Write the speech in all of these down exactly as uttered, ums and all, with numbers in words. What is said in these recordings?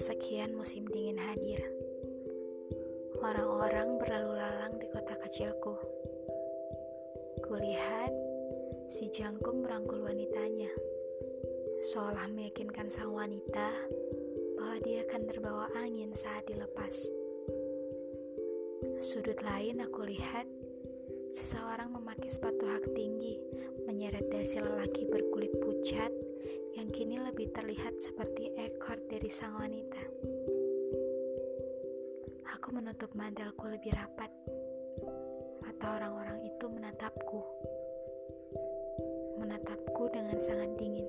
kesekian musim dingin hadir. Orang-orang berlalu lalang di kota kecilku. Kulihat si jangkung merangkul wanitanya, seolah meyakinkan sang wanita bahwa dia akan terbawa angin saat dilepas. Sudut lain aku lihat seseorang memakai sepatu hak tinggi menyeret dasi lelaki berkulit pucat yang kini lebih terlihat seperti ekor dari sang wanita. Aku menutup mantelku lebih rapat. Mata orang-orang itu menatapku. Menatapku dengan sangat dingin.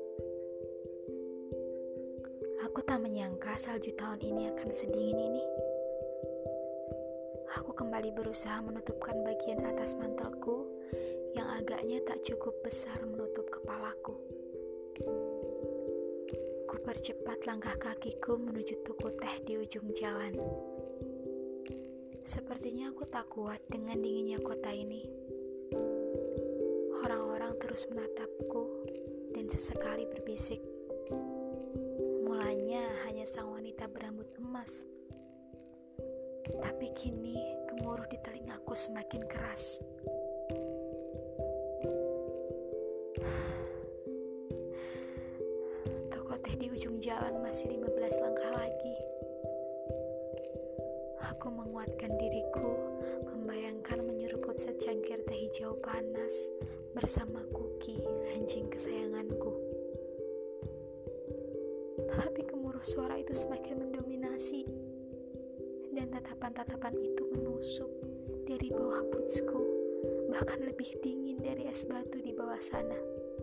Aku tak menyangka salju tahun ini akan sedingin ini. Aku kembali berusaha menutupkan bagian atas mantelku yang agaknya tak cukup besar menutup kepalaku. Ku percepat langkah kakiku menuju toko teh di ujung jalan. Sepertinya aku tak kuat dengan dinginnya kota ini. Orang-orang terus menatapku dan sesekali berbisik. Mulanya hanya sang wanita berambut emas. Tapi kini gemuruh di telingaku semakin keras. Toko teh di ujung jalan masih lima belas langkah lagi. Aku menguatkan diriku, membayangkan menyeruput secangkir teh hijau panas bersama Kuki, anjing kesayanganku. Tapi gemuruh suara itu semakin mendominasi, dan tatapan-tatapan itu menusuk dari bawah bootsku, bahkan lebih dingin dari es batu di bawah sana.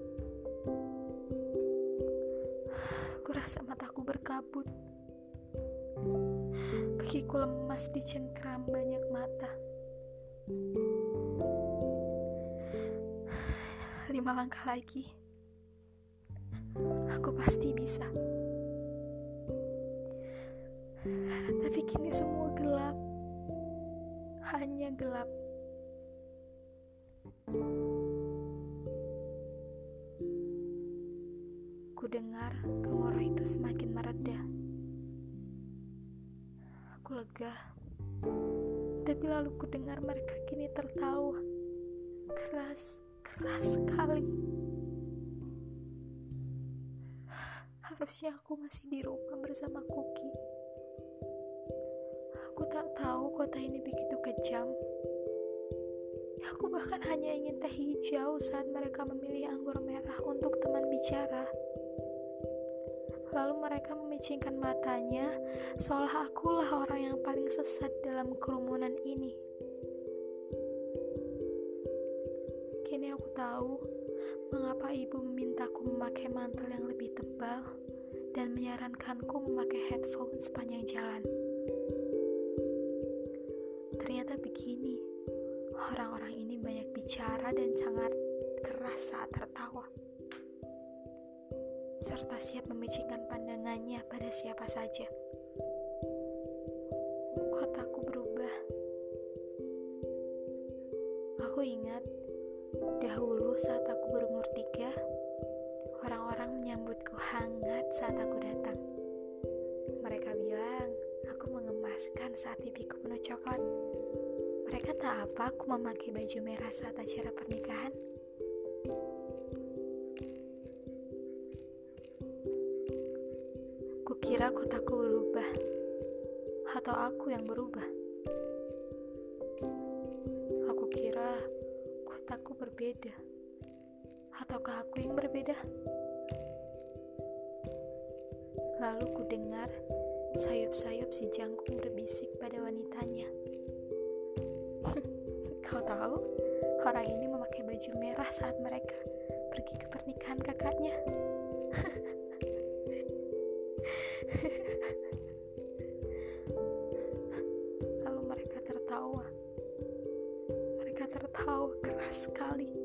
Kurasa mataku berkabut. Kakiku lemas dicengkram banyak mata. Lima langkah lagi. Aku pasti bisa. Tapi kini semua gelap. Hanya gelap. Ku dengar gemuruh itu semakin mereda. Aku lega. Tapi lalu ku dengar mereka kini tertawa. Keras, keras sekali. Harusnya aku masih di rumah bersama Kuki. Aku tak tahu kota ini begitu kejam. Aku bahkan hanya ingin teh hijau saat mereka memilih anggur merah untuk teman bicara. Lalu mereka memicingkan matanya, seolah akulah orang yang paling sesat dalam kerumunan ini. Kini aku tahu mengapa ibu memintaku memakai mantel yang lebih tebal dan menyarankanku memakai headphone sepanjang jalan. Ternyata begini, orang-orang ini banyak bicara dan sangat keras saat tertawa, serta siap memicingkan pandangannya pada siapa saja. Kotaku berubah. Aku ingat, dahulu saat aku berumur tiga, orang-orang menyambutku hangat saat aku datang. Mereka bilang, aku mengemaskan saat pipiku penuh coklat. Mereka tak apa aku memakai baju merah saat acara pernikahan. Kukira kotaku berubah, atau aku yang berubah. Aku kira kotaku berbeda, ataukah aku yang berbeda? Lalu ku dengar sayup-sayup si jangkung berbisik pada wanitanya. Kau tahu, orang ini memakai baju merah saat mereka pergi ke pernikahan kakaknya. Lalu mereka tertawa. Mereka tertawa keras sekali.